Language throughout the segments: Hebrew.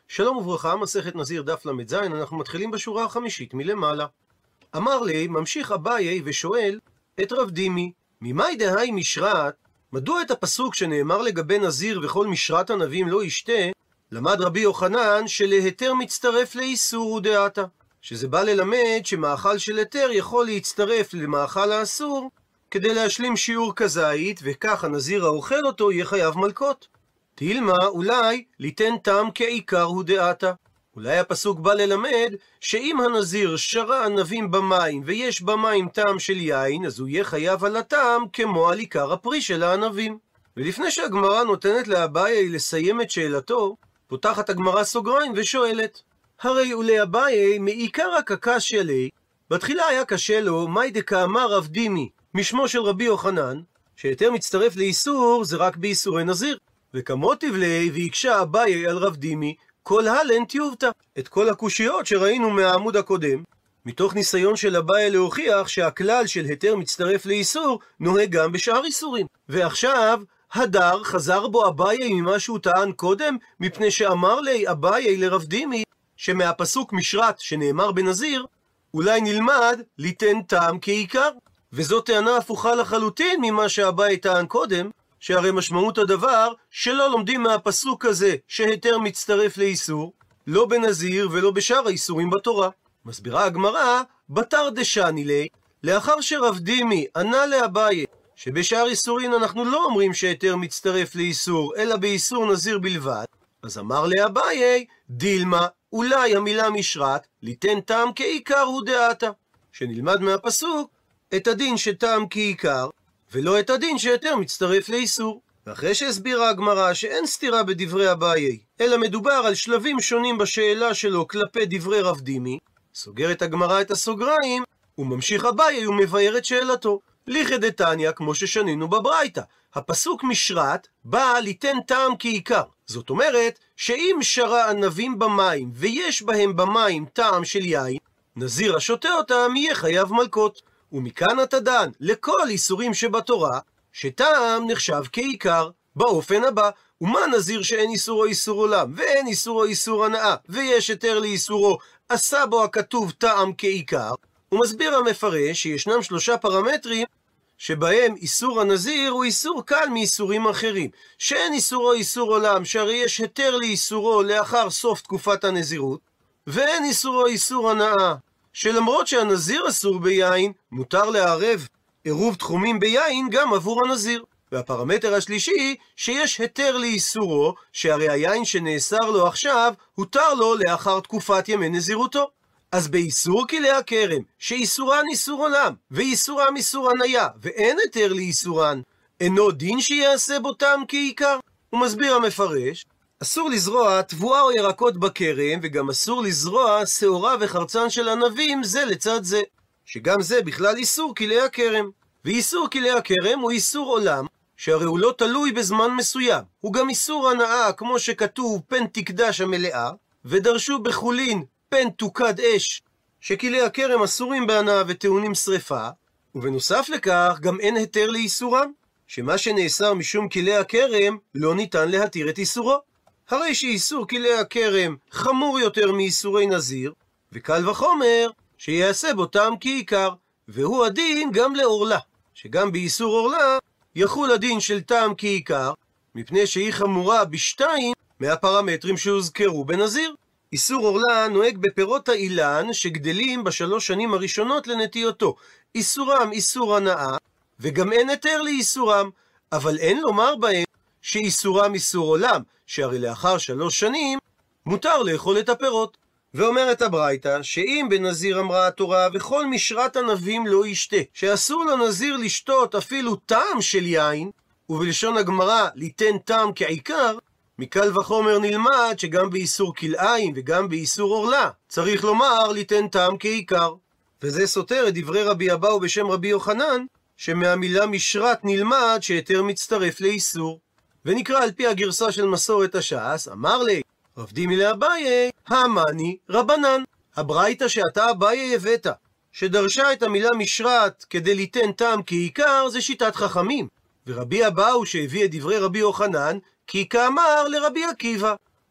שלום וברכה, מסכת נזיר דף ל"ז, אנחנו מתחילים בשורה החמישית מלמעלה. אמר לי, ממשיך אביי ושואל את רב דימי, ממאי דהי משרת, מדוע את הפסוק שנאמר לגבי נזיר וכל משרת ענבים לא ישתה, למד רבי יוחנן שלהיתר מצטרף לאיסור ודעתה, שזה בא ללמד שמאכל של היתר יכול להצטרף למאכל האסור, כדי להשלים שיעור כזית, וכך הנזיר האוכל אותו יהיה חייב מלקות. תלמה אולי ליתן טעם כעיקר הוא דעתה. אולי הפסוק בא ללמד שאם הנזיר שרה ענבים במים ויש במים טעם של יין, אז הוא יהיה חייב על הטעם כמו על עיקר הפרי של הענבים. ולפני שהגמרא נותנת לאביי לסיים את שאלתו, פותחת הגמרא סוגריים ושואלת, הרי ולאביי מעיקר הקקשיא ליה, בתחילה היה קשה לו מאי דקאמר רב דימי משמו של רבי יוחנן, שהיתר מצטרף לאיסור זה רק באיסורי נזיר. וכמותיב ליה והקשה אביי על רב דימי כל הלן תיובתא, את כל הקושיות שראינו מהעמוד הקודם, מתוך ניסיון של אביי להוכיח שהכלל של היתר מצטרף לאיסור נוהג גם בשאר איסורים. ועכשיו הדר חזר בו אביי ממה שהוא טען קודם, מפני שאמר לי אביי לרב דימי שמהפסוק משרת שנאמר בנזיר אולי נלמד ליתן טעם כעיקר, וזאת טענה הפוכה לחלוטין ממה שאביי טען קודם, שהרי משמעות הדבר שלא לומדים מהפסוק הזה שהיתר מצטרף לאיסור, לא בנזיר ולא בשאר האיסורים בתורה. מסבירה הגמרא, בתר דשני ליה, לאחר שרב דימי ענה לאביי שבשאר איסורים אנחנו לא אומרים שהיתר מצטרף לאיסור, אלא באיסור נזיר בלבד, אז אמר לאביי, דילמה, אולי המילה משרת, ליתן טעם כעיקר הוא דעתה, שנלמד מהפסוק את הדין שטעם כעיקר, ולא את הדין שהיתר מצטרף לאיסור. ואחרי שהסבירה הגמרא שאין סתירה בדברי אביי, אלא מדובר על שלבים שונים בשאלה שלו כלפי דברי רב דימי, סוגרת הגמרא את הסוגריים, וממשיך אביי ומבאר את שאלתו. ליכא דתניא, כמו ששנינו בברייתא, הפסוק משרת בא ליתן טעם כעיקר. זאת אומרת שאם שרה ענבים במים ויש בהם במים טעם של יין, נזיר השותה אותם יהיה חייב מלקות. ומכאן אתה דן לכל איסורים שבתורה שטעם נחשב כעיקר באופן הבא, ומה נזיר שאין איסורו איסור עולם ואין איסורו איסור הנאה ויש היתר לאיסורו עשה בו הכתוב טעם כעיקר. הוא מסביר המפרש שישנם 3 פרמטרים שבהם איסור הנזיר הוא איסור קל מאיסורים אחרים, שאין איסורו איסור עולם שהרי יש היתר לאיסורו לאחר סוף תקופת הנזירות, ואין איסורו איסור הנאה שלמרות שהנזיר אסור ביין, מותר לערב עירוב תחומים ביין גם עבור הנזיר. והפרמטר השלישי, שיש היתר לאיסורו, שהרי היין שנאסר לו עכשיו, הותר לו לאחר תקופת ימי נזירותו. אז באיסור כלי הכרם, שאיסורן איסור עולם, ואיסורם איסור הניה, ואין היתר לאיסורן, אינו דין שיעשה בו טעם כעיקר? הוא מסביר המפרש, אסור לזרוע תבואה או ירקות בכרם, וגם אסור לזרוע שעורה וחרצן של ענבים זה לצד זה, שגם זה בכלל איסור כלי הכרם. ואיסור כלי הכרם הוא איסור עולם, שהרי הוא לא תלוי בזמן מסוים. הוא גם איסור הנאה, כמו שכתוב פן תקדש המלאה, ודרשו בחולין פן תוקד אש, שכלי הכרם אסורים בהנאה וטעונים שריפה. ובנוסף לכך גם אין היתר לאיסורם, שמה שנאסר משום כלי הכרם לא ניתן להתיר את איסורו. הרי שאיסור כלי הכרם חמור יותר מאיסורי נזיר, וקל וחומר שיעשה בו טעם כעיקר, והוא הדין גם לעורלה, שגם באיסור עורלה יחול הדין של טעם כעיקר, מפני שהיא חמורה בשתיים מהפרמטרים שהוזכרו בנזיר. איסור עורלה נוהג בפירות האילן שגדלים ב3 שנים הראשונות לנטיותו, איסורם איסור הנאה, וגם אין היתר לאיסורם, אבל אין לומר בהם שאיסורם איסור עולם, שהרי לאחר 3 שנים מותר לאכול את הפירות. ואומרת הברייתא שאם בנזיר אמרה התורה וכל משרת ענבים לא ישתה, שאסור לנזיר לשתות אפילו טעם של יין, ובלשון הגמרא ליתן טעם כעיקר, מקל וחומר נלמד שגם באיסור כלאיים וגם באיסור עורלה צריך לומר ליתן טעם כעיקר. וזה סותר את דברי רבי אבאו בשם רבי יוחנן, שמהמילה משרת נלמד שהיתר מצטרף לאיסור. ונקרא על פי הגרסה של מסורת הש"ס, אמר לי רב דימי לאביי, האמני רבנן. הברייתא שאתה אביי הבאת, שדרשה את המילה משרת כדי ליתן טעם כעיקר, זה שיטת חכמים. ורבי אבאו שהביא את דברי רבי יוחנן, כי כאמר לרבי עקיבא.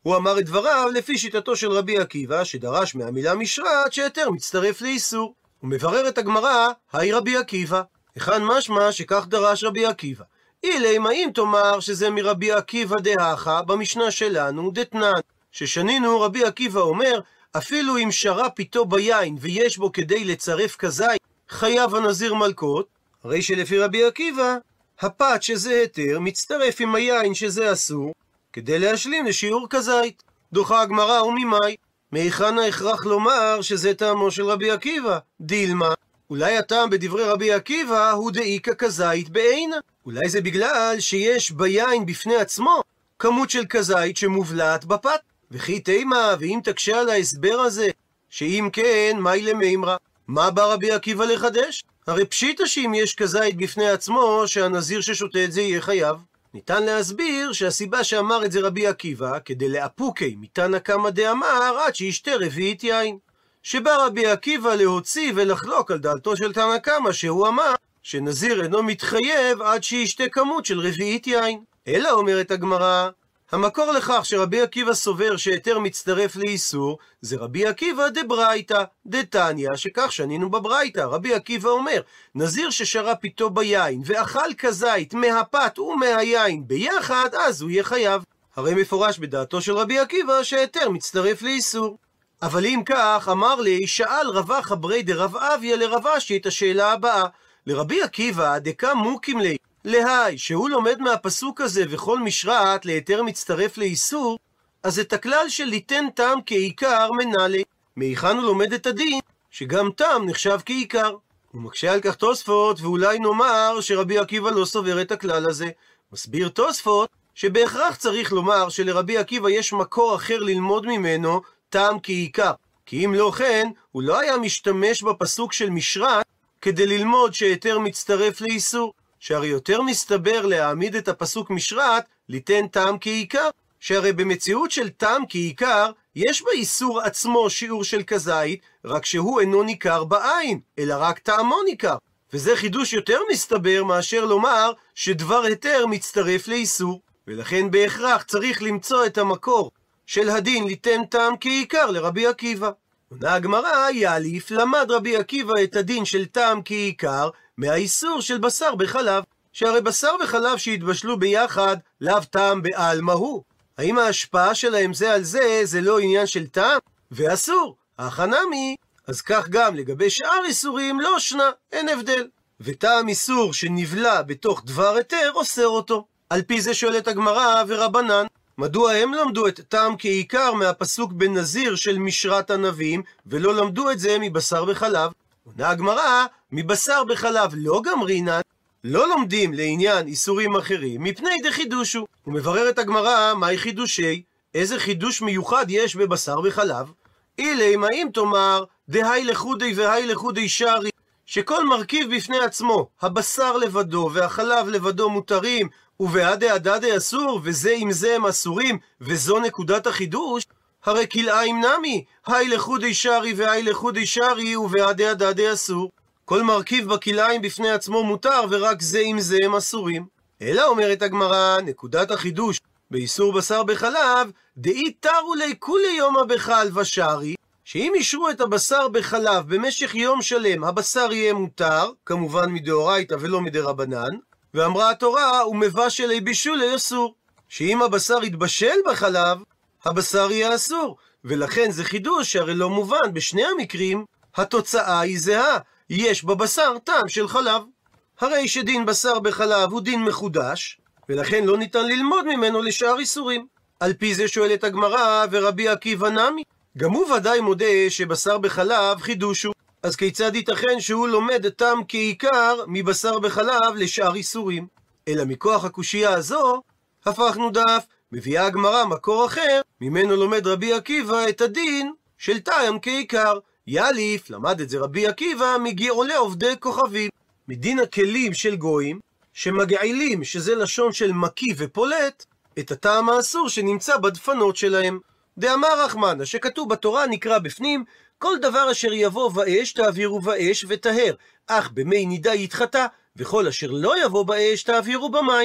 הוא אמר את דבריו לפי שיטתו של רבי עקיבא, שדרש מהמילה משרת שהיתר מצטרף לאיסור. הוא מברר את הגמרא, היי רבי עקיבא, היכן משמע שכך דרש רבי עקיבא? אילמה אם תאמר שזה מרבי עקיבא דהכה, במשנה שלנו דתנן, ששנינו רבי עקיבא אומר, אפילו אם שרה פיתו ביין ויש בו כדי לצרף כזית, חייב הנזיר מלקות, הרי שלפי רבי עקיבא, הפת שזה היתר מצטרף עם היין שזה אסור, כדי להשלים לשיעור כזית. דוחה הגמרא וממאי, מהיכן ההכרח לומר שזה טעמו של רבי עקיבא? דילמה, אולי הטעם בדברי רבי עקיבא הוא דאיקה כזית בעינה. אולי זה בגלל שיש ביין בפני עצמו כמות של כזית שמובלעת בפת. וכי תימה, ואם תקשה על ההסבר הזה, שאם כן, מהי למימרא? מה בא רבי עקיבא לחדש? הרי פשיטא שאם יש כזית בפני עצמו, שהנזיר ששותה את זה יהיה חייב. ניתן להסביר שהסיבה שאמר את זה רבי עקיבא, כדי לאפוקי מתנא קמא דאמר עד שישתה רביעית יין. שבא רבי עקיבא להוציא ולחלוק על דעתו של תנא קמא, שהוא אמר שנזיר אינו מתחייב עד שישתה כמות של רביעית יין. אלא אומרת הגמרא, המקור לכך שרבי עקיבא סובר שהיתר מצטרף לאיסור, זה רבי עקיבא דברייתא, דתניא, שכך שנינו בברייתא. רבי עקיבא אומר, נזיר ששרה פיתו ביין ואכל כזית מהפת ומהיין ביחד, אז הוא יהיה חייב. הרי מפורש בדעתו של רבי עקיבא שהיתר מצטרף לאיסור. אבל אם כך, אמר לי, שאל רבא חברי דרב אביה לרב אשי את השאלה הבאה, לרבי עקיבא דקה מוקים לי, להי, שהוא לומד מהפסוק הזה וכל משרת ליתר מצטרף לאיסור, אז את הכלל של ליתן טעם כעיקר מנהלי. מהיכן הוא לומד את הדין שגם טעם נחשב כעיקר? הוא מקשה על כך תוספות, ואולי נאמר שרבי עקיבא לא סובר את הכלל הזה. מסביר תוספות שבהכרח צריך לומר שלרבי עקיבא יש מקור אחר ללמוד ממנו טעם כעיקר, כי אם לא כן, הוא לא היה משתמש בפסוק של משרת כדי ללמוד שהיתר מצטרף לאיסור. שהרי יותר מסתבר להעמיד את הפסוק משרת ליתן טעם כעיקר, שהרי במציאות של טעם כעיקר יש באיסור עצמו שיעור של כזית, רק שהוא אינו ניכר בעין, אלא רק טעמו ניכר. וזה חידוש יותר מסתבר מאשר לומר שדבר היתר מצטרף לאיסור, ולכן בהכרח צריך למצוא את המקור של הדין ליתן טעם כעיקר לרבי עקיבא. עונה הגמרא, יאליף, למד רבי עקיבא את הדין של טעם כעיקר מהאיסור של בשר בחלב, שהרי בשר וחלב שהתבשלו ביחד, לאו טעם בעלמא הוא. האם ההשפעה שלהם זה על זה, זה לא עניין של טעם? ואסור, החנמי, אז כך גם לגבי שאר איסורים לא שנה, אין הבדל. וטעם איסור שנבלע בתוך דבר היתר אוסר אותו. על פי זה שואלת הגמרא ורבנן, מדוע הם למדו את טעם כעיקר מהפסוק בנזיר של משרת הנביאים, ולא למדו את זה מבשר בחלב? עונה הגמרא, מבשר בחלב לא גמרינן, לא לומדים לעניין איסורים אחרים, מפני דחידושו. הוא מברר את הגמרא, מהי חידושי? איזה חידוש מיוחד יש בבשר בחלב? אילמה אם תאמר, דהי לחודי והי לחודי שרי, שכל מרכיב בפני עצמו, הבשר לבדו והחלב לבדו מותרים, ובעדי הדדי אסור, וזה עם זה הם אסורים, וזו נקודת החידוש, הרי כלאיים נמי, היי לחודי שרי והי לחודי שרי, ובעדי הדדי אסור. כל מרכיב בכלאיים בפני עצמו מותר, ורק זה עם זה הם אסורים. אלא אומרת הגמרא, נקודת החידוש באיסור בשר בחלב, דאי תרו לי כולי יומא בחל ושרי, שאם אישרו את הבשר בחלב במשך יום שלם, הבשר יהיה מותר, כמובן מדאורייתא ולא מדרבנן, ואמרה התורה, ומבשל לי בישולי אסור, שאם הבשר יתבשל בחלב, הבשר יהיה אסור. ולכן זה חידוש שהרי לא מובן, בשני המקרים התוצאה היא זהה, יש בבשר טעם של חלב. הרי שדין בשר בחלב הוא דין מחודש, ולכן לא ניתן ללמוד ממנו לשאר איסורים. על פי זה שואלת הגמרא, ורבי עקיבא נמי, גם הוא ודאי מודה שבשר בחלב חידוש הוא. אז כיצד ייתכן שהוא לומד טעם כעיקר מבשר בחלב לשאר איסורים? אלא מכוח הקושייה הזו הפכנו דף, מביאה הגמרא מקור אחר, ממנו לומד רבי עקיבא את הדין של טעם כעיקר. יאליף, למד את זה רבי עקיבא מגעולי עובדי כוכבים, מדין הכלים של גויים שמגעילים, שזה לשון של מקיא ופולט, את הטעם האסור שנמצא בדפנות שלהם. דאמר רחמנא, שכתוב בתורה נקרא בפנים, כל דבר אשר יבוא באש תעבירו באש וטהר, אך במי נידה יתחטא, וכל אשר לא יבוא באש תעבירו במים.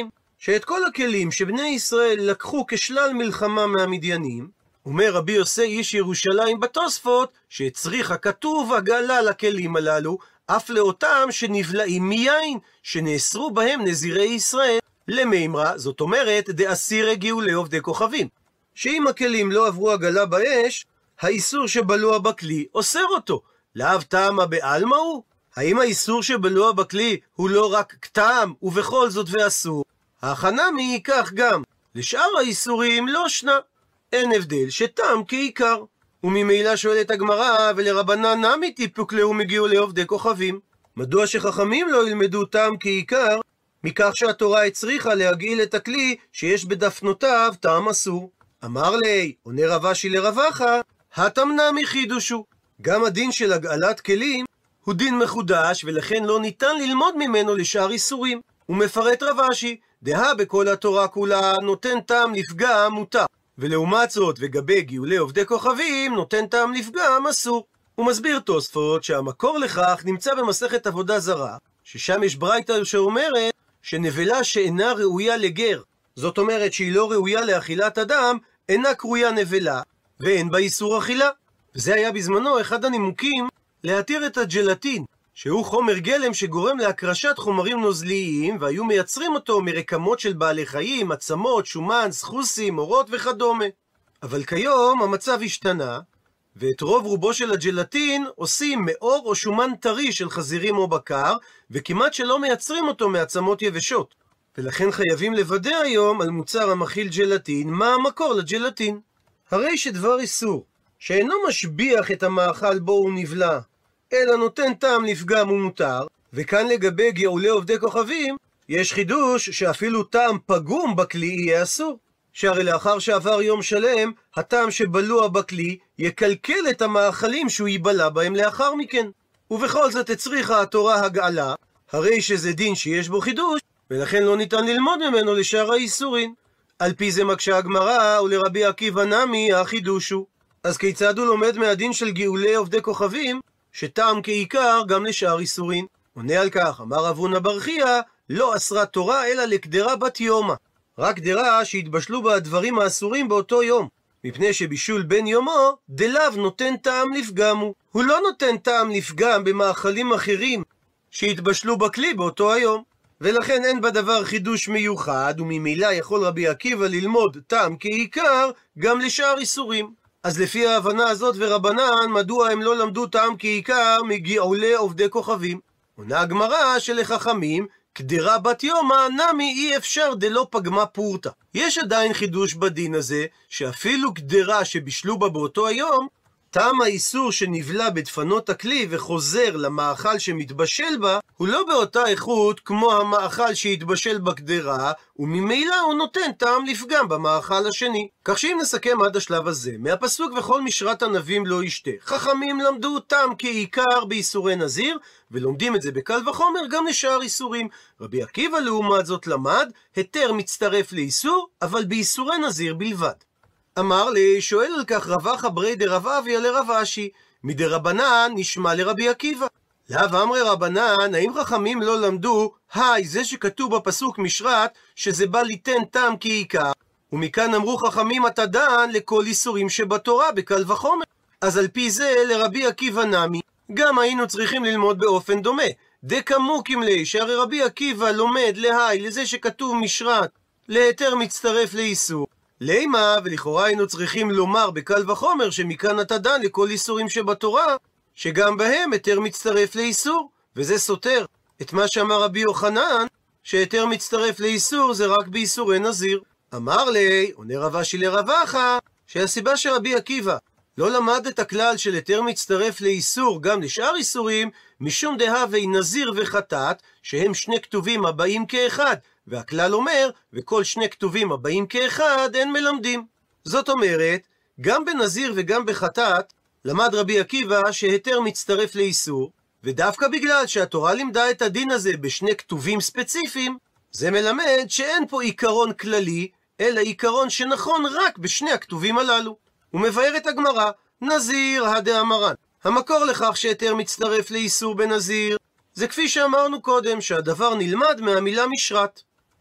שאת כל הכלים שבני ישראל לקחו כשלל מלחמה מהמדיינים, אומר רבי יוסי איש ירושלים בתוספות, שהצריך הכתוב הגלה לכלים הללו, אף לאותם שנבלעים מיין, שנאסרו בהם נזירי ישראל, למימרה, זאת אומרת, דאסיר הגיעו לעובדי כוכבים. שאם הכלים לא עברו הגלה באש, האיסור שבלוע בכלי אוסר אותו. לאו טעמה בעלמא הוא? האם האיסור שבלוע בכלי הוא לא רק כתם ובכל זאת ואסור? ההכנה מי כך גם. לשאר האיסורים לא שנה. אין הבדל שטעם כעיקר. וממילא שואלת הגמרא, ולרבנן נמי טיפוקלהו מגיעו לעובדי כוכבים. מדוע שחכמים לא ילמדו טעם כעיקר? מכך שהתורה הצריכה להגעיל את הכלי שיש בדפנותיו טעם אסור. אמר לי, עונה רב אשי לרב אחא, התמנע מחידושו. גם הדין של הגעלת כלים הוא דין מחודש, ולכן לא ניתן ללמוד ממנו לשאר איסורים. הוא מפרט רב אשי, דהה בכל התורה כולה נותן טעם לפגם מותר, ולעומת זאת וגבי גאולי עובדי כוכבים נותן טעם לפגם אסור. הוא מסביר תוספות שהמקור לכך נמצא במסכת עבודה זרה, ששם יש ברייתא שאומרת שנבלה שאינה ראויה לגר, זאת אומרת שהיא לא ראויה לאכילת אדם, אינה קרויה נבלה, ואין בה איסור אכילה. וזה היה בזמנו אחד הנימוקים להתיר את הג'לטין, שהוא חומר גלם שגורם להקרשת חומרים נוזליים, והיו מייצרים אותו מרקמות של בעלי חיים, עצמות, שומן, סחוסים, אורות וכדומה. אבל כיום המצב השתנה, ואת רוב רובו של הג'לטין עושים מאור או שומן טרי של חזירים או בקר, וכמעט שלא מייצרים אותו מעצמות יבשות. ולכן חייבים לוודא היום על מוצר המכיל ג'לטין מה המקור לג'לטין. הרי שדבר איסור שאינו משביח את המאכל בו הוא נבלע, אלא נותן טעם לפגם ומותר, וכאן לגבי גאולי עובדי כוכבים, יש חידוש שאפילו טעם פגום בכלי יהיה אסור. שהרי לאחר שעבר יום שלם, הטעם שבלוע בכלי יקלקל את המאכלים שהוא ייבלע בהם לאחר מכן. ובכל זאת הצריכה התורה הגעלה, הרי שזה דין שיש בו חידוש, ולכן לא ניתן ללמוד ממנו לשאר האיסורים. על פי זה מקשה הגמרא, ולרבי עקיבא נמי החידוש הוא. אז כיצד הוא לומד מהדין של גאולי עובדי כוכבים, שטעם כעיקר גם לשאר איסורים? עונה על כך, אמר רב הונא בר חייא, לא אסרה תורה אלא לקדרה בת יומא. רק קדרה שהתבשלו בה הדברים האסורים באותו יום. מפני שבישול בן יומו, דלאו נותן טעם לפגם הוא. הוא לא נותן טעם לפגם במאכלים אחרים שהתבשלו בכלי באותו היום. ולכן אין בדבר חידוש מיוחד, וממילא יכול רבי עקיבא ללמוד טעם כעיקר גם לשאר איסורים. אז לפי ההבנה הזאת ורבנן, מדוע הם לא למדו טעם כעיקר מגאולי עובדי כוכבים? עונה הגמרא שלחכמים, קדרה בת יומא נמי אי אפשר דלא פגמה פורתא. יש עדיין חידוש בדין הזה, שאפילו קדרה שבישלו בה באותו היום, טעם האיסור שנבלע בדפנות הכלי וחוזר למאכל שמתבשל בה, הוא לא באותה איכות כמו המאכל שהתבשל בקדרה, וממילא הוא נותן טעם לפגם במאכל השני. כך שאם נסכם עד השלב הזה, מהפסוק וכל משרת ענבים לא ישתה, חכמים למדו טעם כעיקר באיסורי נזיר, ולומדים את זה בקל וחומר גם לשאר איסורים. רבי עקיבא לעומת זאת למד, היתר מצטרף לאיסור, אבל באיסורי נזיר בלבד. אמר לי, שואל על כך רב אחא ברי דרב אביה לרב אשי, מדרבנן נשמע לרבי עקיבא. לאו אמרי רבנן, האם חכמים לא למדו, זה שכתוב בפסוק משרת, שזה בא ליתן טעם כעיקר, ומכאן אמרו חכמים אתה דן לכל איסורים שבתורה בקל וחומר. אז על פי זה לרבי עקיבא נמי, גם היינו צריכים ללמוד באופן דומה. דקמוקים לי, שהרי רבי עקיבא לומד לזה שכתוב משרת, להיתר מצטרף לאיסור. לימה, ולכאורה היינו צריכים לומר בקל וחומר שמכאן אתה דן לכל איסורים שבתורה, שגם בהם היתר מצטרף לאיסור, וזה סותר את מה שאמר רבי יוחנן, שהיתר מצטרף לאיסור זה רק באיסורי נזיר. אמר לי, עונה רב אשי לרב אחא, שהסיבה שרבי עקיבא לא למד את הכלל של היתר מצטרף לאיסור גם לשאר איסורים, משום דהווי נזיר וחטאת, שהם שני כתובים הבאים כאחד, והכלל אומר, וכל שני כתובים הבאים כאחד אין מלמדים. זאת אומרת, גם בנזיר וגם בחטאת, למד רבי עקיבא שהיתר מצטרף לאיסור, ודווקא בגלל שהתורה לימדה את הדין הזה בשני כתובים ספציפיים, זה מלמד שאין פה עיקרון כללי, אלא עיקרון שנכון רק בשני הכתובים הללו. הוא מבאר את הגמרא, נזיר הדאמרן. המקור לכך שהיתר מצטרף לאיסור בנזיר, זה כפי שאמרנו קודם, שהדבר נלמד מהמילה משרת.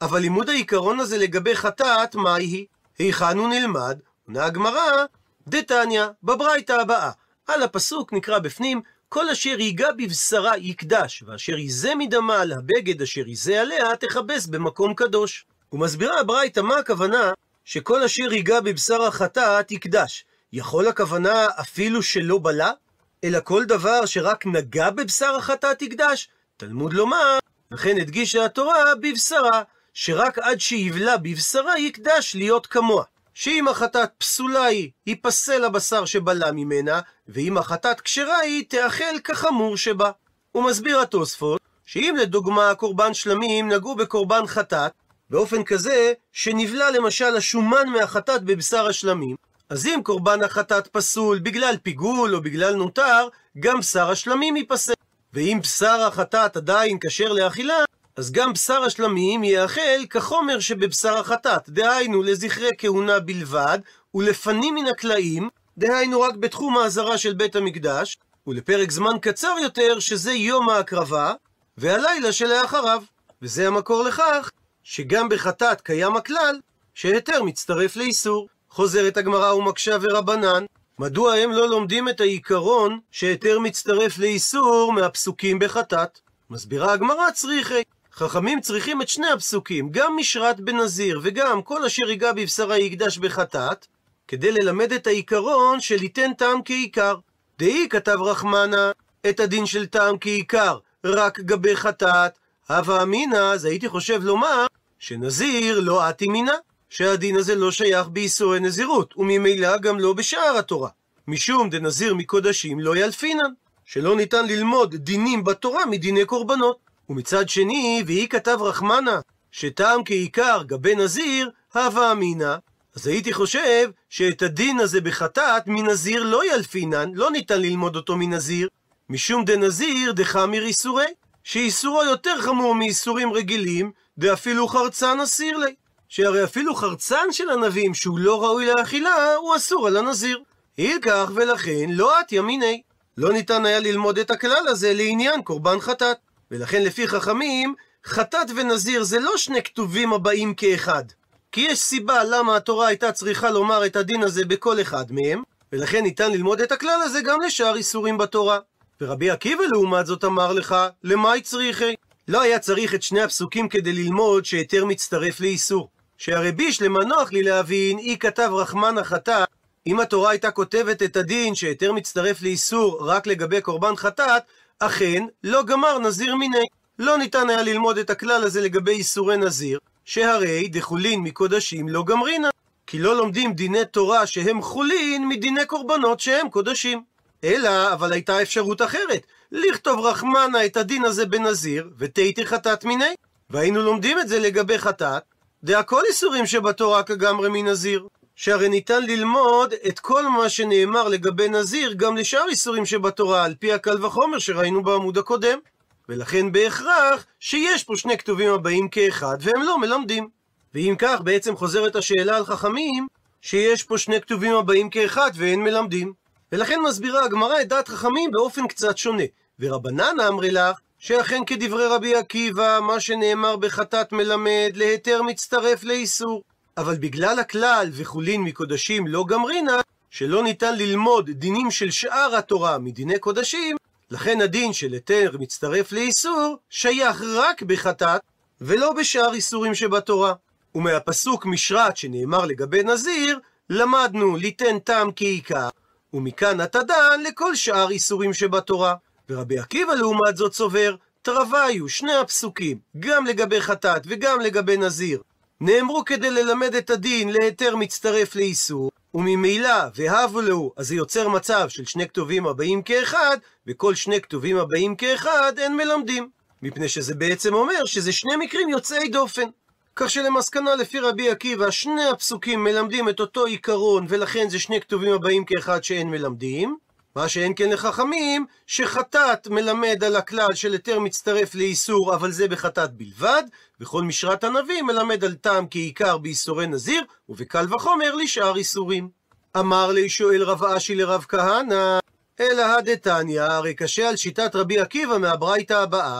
אבל לימוד העיקרון הזה לגבי חטאת, מהי היא? היכן הוא נלמד? עונה הגמרא, דתניא, בברייתא הבאה. על הפסוק נקרא בפנים, כל אשר ייגע בבשרה יקדש, ואשר ייזה מדמה על הבגד אשר ייזה עליה תכבס במקום קדוש. ומסבירה הברייתא מה הכוונה שכל אשר ייגע בבשר החטאת יקדש. יכול הכוונה אפילו שלא בלה? אלא כל דבר שרק נגע בבשר החטאת יקדש? תלמוד לומר, לכן הדגישה התורה בבשרה, שרק עד שיבלה בבשרה יקדש להיות כמוה. שאם החטאת פסולה היא, ייפסל הבשר שבלה ממנה, ואם החטאת כשרה היא, תאכל כחמור שבה. הוא מסביר התוספות, שאם לדוגמה קורבן שלמים נגעו בקורבן חטאת, באופן כזה שנבלה למשל השומן מהחטאת בבשר השלמים, אז אם קורבן החטאת פסול בגלל פיגול או בגלל נותר, גם בשר השלמים ייפסל. ואם בשר החטאת עדיין כשר לאכילה, אז גם בשר השלמים יאכל כחומר שבבשר החטאת, דהיינו לזכרי כהונה בלבד, ולפנים מן הקלעים, דהיינו רק בתחום העזרה של בית המקדש, ולפרק זמן קצר יותר שזה יום ההקרבה, והלילה שלאחריו. וזה המקור לכך שגם בחטאת קיים הכלל שהיתר מצטרף לאיסור. חוזרת הגמרא ומקשה ורבנן, מדוע הם לא לומדים את העיקרון שהיתר מצטרף לאיסור מהפסוקים בחטאת? מסבירה הגמרא, צריכי. חכמים צריכים את שני הפסוקים, גם משרת בנזיר וגם כל אשר ייגע בבשרה יקדש בחטאת, כדי ללמד את העיקרון של ייתן טעם כעיקר. דאי כתב רחמנה, את הדין של טעם כעיקר רק גבי חטאת, הווה אמינא, אז הייתי חושב לומר שנזיר לא אתי מינה, שהדין הזה לא שייך באיסורי נזירות, וממילא גם לא בשאר התורה. משום דנזיר מקודשים לא ילפינן, שלא ניתן ללמוד דינים בתורה מדיני קורבנות. ומצד שני, והיא כתב רחמנה, שטעם כעיקר גבי נזיר, הווה אמינא, אז הייתי חושב שאת הדין הזה בחטאת מנזיר לא ילפינן, לא ניתן ללמוד אותו מנזיר, משום דנזיר דחמיר איסורי, שאיסורו יותר חמור מאיסורים רגילים, דאפילו חרצן אסיר לי. שהרי אפילו חרצן של ענבים שהוא לא ראוי לאכילה, הוא אסור על הנזיר. אילכך ולכן לא את ימיני. לא ניתן היה ללמוד את הכלל הזה לעניין קורבן חטאת. ולכן לפי חכמים, חטאת ונזיר זה לא שני כתובים הבאים כאחד. כי יש סיבה למה התורה הייתה צריכה לומר את הדין הזה בכל אחד מהם, ולכן ניתן ללמוד את הכלל הזה גם לשאר איסורים בתורה. ורבי עקיבא לעומת זאת אמר לך, למאי צריכי? לא היה צריך את שני הפסוקים כדי ללמוד שהיתר מצטרף לאיסור. שהרי בישלמה נוח לי להבין, היא כתב רחמנה חטאת, אם התורה הייתה כותבת את הדין שהיתר מצטרף לאיסור רק לגבי קורבן חטאת, אכן לא גמר נזיר מיני. לא ניתן היה ללמוד את הכלל הזה לגבי איסורי נזיר, שהרי דחולין מקודשים לא גמרינה, כי לא לומדים דיני תורה שהם חולין מדיני קורבנות שהם קודשים. אלא, אבל הייתה אפשרות אחרת, לכתוב רחמנה את הדין הזה בנזיר, ותהייתי חטאת מיני, והיינו לומדים את זה לגבי חטאת, דהכל איסורים שבתורה כגמרי מנזיר, שהרי ניתן ללמוד את כל מה שנאמר לגבי נזיר גם לשאר איסורים שבתורה, על פי הקל וחומר שראינו בעמוד הקודם, ולכן בהכרח שיש פה שני כתובים הבאים כאחד, והם לא מלמדים. ואם כך בעצם חוזרת השאלה על חכמים, שיש פה שני כתובים הבאים כאחד ואין מלמדים. ולכן מסבירה הגמרא את דעת חכמים באופן קצת שונה. ורבנן אמרי לך, שאכן כדברי רבי עקיבא, מה שנאמר בחטאת מלמד, להיתר מצטרף לאיסור. אבל בגלל הכלל וחולין מקודשים לא גמרינה, שלא ניתן ללמוד דינים של שאר התורה מדיני קודשים, לכן הדין של היתר מצטרף לאיסור שייך רק בחטאת, ולא בשאר איסורים שבתורה. ומהפסוק משרת שנאמר לגבי נזיר, למדנו ליתן טעם כעיקר, ומכאן אתה דן לכל שאר איסורים שבתורה. ורבי עקיבא לעומת זאת סובר, תרוויו שני הפסוקים, גם לגבי חטאת וגם לגבי נזיר, נאמרו כדי ללמד את הדין להיתר מצטרף לאיסור, וממילא והבו לו, אז זה יוצר מצב של שני כתובים הבאים כאחד, וכל שני כתובים הבאים כאחד אין מלמדים, מפני שזה בעצם אומר שזה שני מקרים יוצאי דופן. כך שלמסקנה לפי רבי עקיבא שני הפסוקים מלמדים את אותו עיקרון, ולכן זה שני כתובים הבאים כאחד שאין מלמדים. מה שאין כן לחכמים, שחטאת מלמד על הכלל של היתר מצטרף לאיסור, אבל זה בחטאת בלבד, וכל משרת הנביא מלמד על טעם כעיקר באיסורי נזיר, ובקל וחומר לשאר איסורים. אמר לי שואל רב אשי לרב כהנא, אלא הדתניא, הרי קשה על שיטת רבי עקיבא מהברייתא הבאה,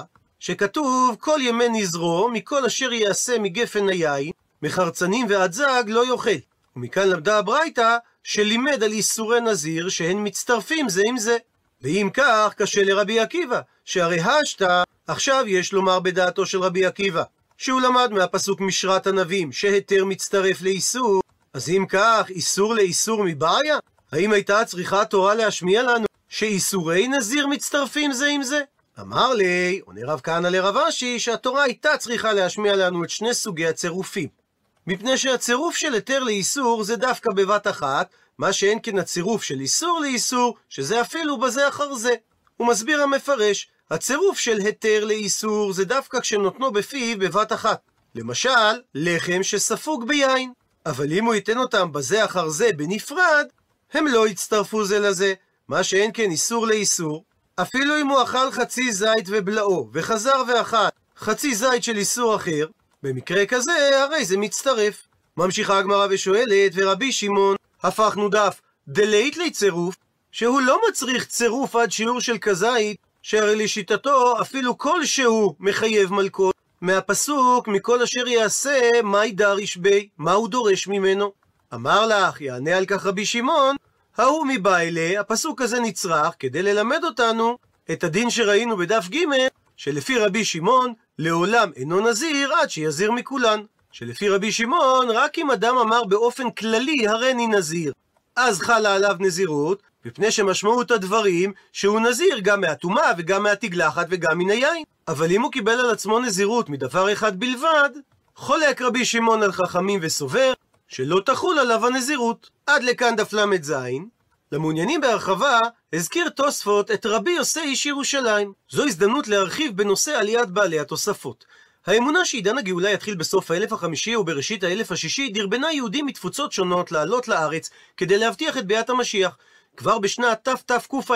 שכתוב כל ימי נזרו, מכל אשר יעשה מגפן היין, מחרצנים ועד זג לא יאכל. ומכאן למדה הברייתא שלימד על איסורי נזיר שהן מצטרפים זה עם זה. ואם כך, קשה לרבי עקיבא, שהרי השתא, עכשיו יש לומר בדעתו של רבי עקיבא, שהוא למד מהפסוק משרת הנביאים, שהיתר מצטרף לאיסור, אז אם כך, איסור לאיסור מבעיה? האם הייתה צריכה התורה להשמיע לנו שאיסורי נזיר מצטרפים זה עם זה? אמר לי, עונה רב כהנא לרב אשי, שהתורה הייתה צריכה להשמיע לנו את שני סוגי הצירופים. מפני שהצירוף של היתר לאיסור זה דווקא בבת אחת, מה שאין כן הצירוף של איסור לאיסור, שזה אפילו בזה אחר זה. הוא מסביר המפרש, הצירוף של היתר לאיסור זה דווקא כשנותנו בפיו בבת אחת. למשל, לחם שספוג ביין. אבל אם הוא ייתן אותם בזה אחר זה בנפרד, הם לא יצטרפו זה לזה. מה שאין כן איסור לאיסור, אפילו אם הוא אכל חצי זית ובלעו, וחזר ואכל חצי זית של איסור אחר, במקרה כזה הרי זה מצטרף. ממשיכה הגמרא ושואלת, ורבי שמעון, הפכנו דף דלית לצירוף, שהוא לא מצריך צירוף עד שיעור של כזית, שהרי לשיטתו אפילו כלשהו מחייב מלכות. מהפסוק, מכל אשר יעשה, מאי דריש בי, מה הוא דורש ממנו? אמר לך, יענה על כך רבי שמעון, ההוא מבעילה, הפסוק הזה נצרך כדי ללמד אותנו את הדין שראינו בדף ג', שלפי רבי שמעון, לעולם אינו נזיר עד שיזיר מכולן. שלפי רבי שמעון, רק אם אדם אמר באופן כללי הריני נזיר, אז חלה עליו נזירות, מפני שמשמעות הדברים שהוא נזיר גם מהטומאה וגם מהתגלחת וגם מן היין. אבל אם הוא קיבל על עצמו נזירות מדבר אחד בלבד, חולק רבי שמעון על חכמים וסובר שלא תחול עליו הנזירות. עד לכאן דף ל"ז. למעוניינים בהרחבה, הזכיר תוספות את רבי יוסי איש ירושלים. זו הזדמנות להרחיב בנושא עליית בעלי התוספות. האמונה שעידן הגאולה יתחיל בסוף האלף החמישי ובראשית האלף השישי דרבנה יהודים מתפוצות שונות לעלות לארץ כדי להבטיח את ביאת המשיח. כבר בשנת תתקע"א,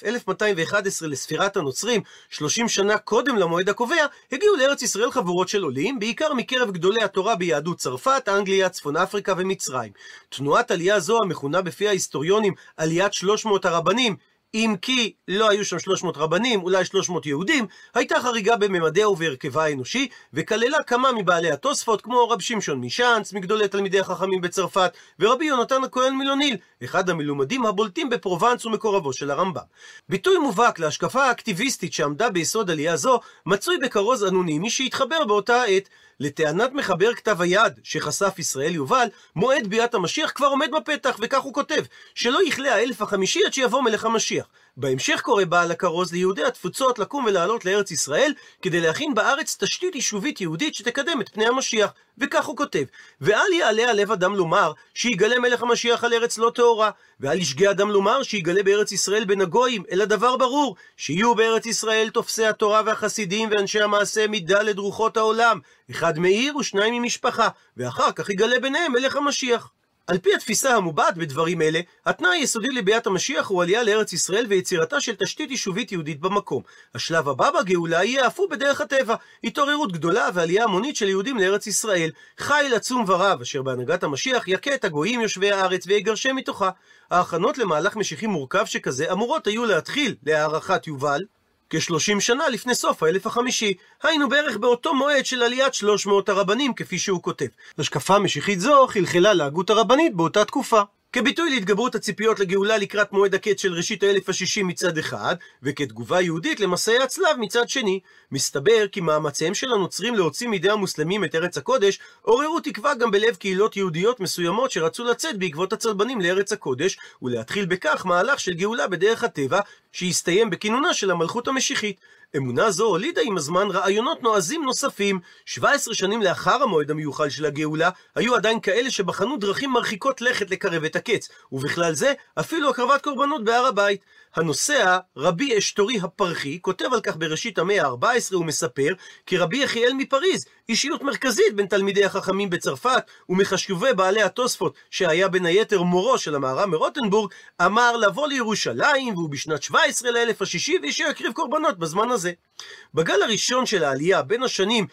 1211 לספירת הנוצרים, 30 שנה קודם למועד הקובע, הגיעו לארץ ישראל חבורות של עולים, בעיקר מקרב גדולי התורה ביהדות צרפת, אנגליה, צפון אפריקה ומצרים. תנועת עלייה זו, המכונה בפי ההיסטוריונים עליית 300 הרבנים, אם כי לא היו שם 300 רבנים, אולי 300 יהודים, הייתה חריגה בממדיה ובהרכבה האנושי, וכללה כמה מבעלי התוספות, כמו רב שמשון משאנץ, מגדולי תלמידי החכמים בצרפת, ורבי יונתן הכהן מילוניל, אחד המלומדים הבולטים בפרובנס ומקורבו של הרמב"ם. ביטוי מובהק להשקפה האקטיביסטית שעמדה ביסוד עלייה זו, מצוי בכרוז אנונימי שהתחבר באותה העת. לטענת מחבר כתב היד שחשף ישראל יובל, מועד ביאת המשיח כבר עומד בפתח, וכך הוא כותב, שלא יכלה האלף החמישי עד שיבוא מלך המשיח. בהמשך קורא בעל הכרוז ליהודי התפוצות לקום ולעלות לארץ ישראל, כדי להכין בארץ תשתית יישובית יהודית שתקדם את פני המשיח. וכך הוא כותב, ואל יעלה על לב אדם לומר שיגלה מלך המשיח על ארץ לא טהורה, ואל ישגה אדם לומר שיגלה בארץ ישראל בין הגויים, אלא דבר ברור, שיהיו בארץ ישראל תופסי התורה והחסידים ואנשי המעשה מדלת רוחות העולם, אחד מעיר ושניים ממשפחה, ואחר כך יגלה ביניהם מלך המשיח. על פי התפיסה המובעת בדברים אלה, התנאי היסודי לביאת המשיח הוא עלייה לארץ ישראל ויצירתה של תשתית יישובית יהודית במקום. השלב הבא בגאולה יהיה אף הוא בדרך הטבע, התעוררות גדולה ועלייה המונית של יהודים לארץ ישראל. חיל עצום ורב, אשר בהנהגת המשיח יכה את הגויים יושבי הארץ ויגרשם מתוכה. ההכנות למהלך משיחי מורכב שכזה אמורות היו להתחיל, להערכת יובל, כ-30 שנה לפני סוף האלף החמישי, היינו בערך באותו מועד של עליית 300 הרבנים כפי שהוא כותב. השקפה משיחית זו חלחלה להגות הרבנית באותה תקופה. כביטוי להתגברות הציפיות לגאולה לקראת מועד הקץ של ראשית האלף השישי מצד אחד, וכתגובה יהודית למסעי הצלב מצד שני. מסתבר כי מאמציהם של הנוצרים להוציא מידי המוסלמים את ארץ הקודש, עוררו תקווה גם בלב קהילות יהודיות מסוימות שרצו לצאת בעקבות הצלבנים לארץ הקודש, ולהתחיל בכך מהלך של גאולה בדרך הטבע, שהסתיים בכינונה של המלכות המשיחית. אמונה זו הולידה עם הזמן רעיונות נועזים נוספים. 17 שנים לאחר המועד המיוחל של הגאולה, היו עדיין כאלה שבחנו דרכים מרחיקות לכת לקרב את הקץ, ובכלל זה אפילו הקרבת קורבנות בהר הבית. הנוסע, רבי אשתורי הפרחי, כותב על כך בראשית המאה ה-14 ומספר כי רבי יחיאל מפריז, אישיות מרכזית בין תלמידי החכמים בצרפת ומחשובי בעלי התוספות, שהיה בין היתר מורו של המהר"ם מרוטנבורג, אמר לבוא לירושלים, והוא בשנת 17 לאלף השישי, ושיקריב קורבנות בזמן הזה. בגל הראשון של העלייה, בין השנים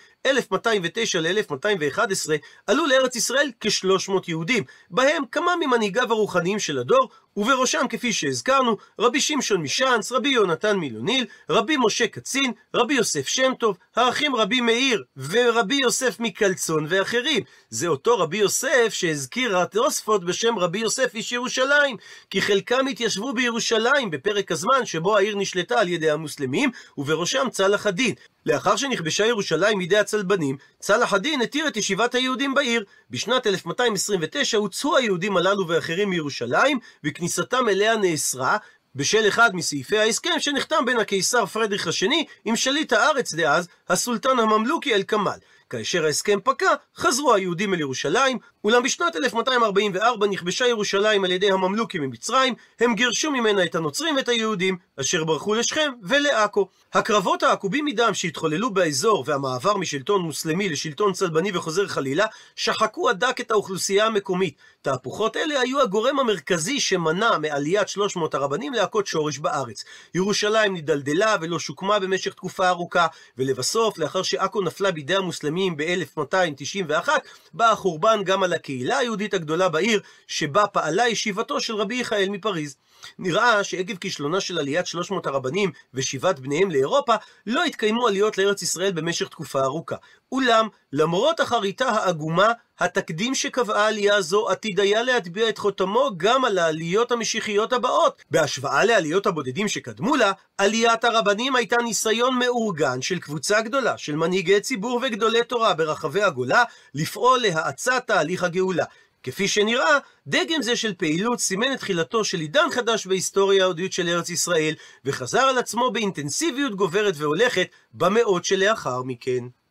1209 ל-1211, עלו לארץ ישראל כ-300 יהודים, בהם כמה ממנהיגיו הרוחניים של הדור, ובראשם, כפי שהזכרנו, רבי שמשון משאנץ, רבי יונתן מילוניל, רבי משה קצין, רבי יוסף שם טוב, האחים רבי מאיר ורבי יוסף מקלצון ואחרים. זה אותו רבי יוסף שהזכיר התוספות בשם רבי יוסף איש ירושלים, כי חלקם התיישבו בירושלים בפרק הזמן שבו העיר נשלטה על ידי המוסלמים, ובראשם צלח א-דין. לאחר שנכבשה ירושלים מידי הצלבנים, צלח א-דין התיר את ישיבת היהודים בעיר. בשנת 1229 הוצאו היהודים הללו ואחרים מירושלים, וכניסתם אליה נאסרה בשל אחד מסעיפי ההסכם שנחתם בין הקיסר פרדריך השני עם שליט הארץ דאז, הסולטן הממלוכי אל-כמאל. כאשר ההסכם פקע, חזרו היהודים אל ירושלים, אולם בשנת 1244 נכבשה ירושלים על ידי הממלוכים ממצרים, הם גירשו ממנה את הנוצרים ואת היהודים, אשר ברחו לשכם ולעכו. הקרבות העקובים מדם שהתחוללו באזור והמעבר משלטון מוסלמי לשלטון צלבני וחוזר חלילה, שחקו עדק את האוכלוסייה המקומית. תהפוכות אלה היו הגורם המרכזי שמנע מעליית 300 הרבנים להכות שורש בארץ. ירושלים נדלדלה ולא שוקמה במשך תקופה ארוכה, ולבסוף, לאחר שעכו נפלה בידי המוסלמים ב-1291, בא החורבן גם על הקהילה היהודית הגדולה בעיר, שבה פעלה ישיבתו של רבי יחיאל מפריז. נראה שעקב כישלונה של עליית 300 הרבנים ושיבת בניהם לאירופה, לא התקיימו עליות לארץ ישראל במשך תקופה ארוכה. אולם, למרות החריטה העגומה, התקדים שקבעה עלייה זו עתיד היה להטביע את חותמו גם על העליות המשיחיות הבאות. בהשוואה לעליות הבודדים שקדמו לה, עליית הרבנים הייתה ניסיון מאורגן של קבוצה גדולה של מנהיגי ציבור וגדולי תורה ברחבי הגולה לפעול להאצת תהליך הגאולה. כפי שנראה, דגם זה של פעילות סימן את תחילתו של עידן חדש בהיסטוריה היהודית של ארץ ישראל, וחזר על עצמו באינטנסיביות גוברת והולכת במאות שלאחר מכן.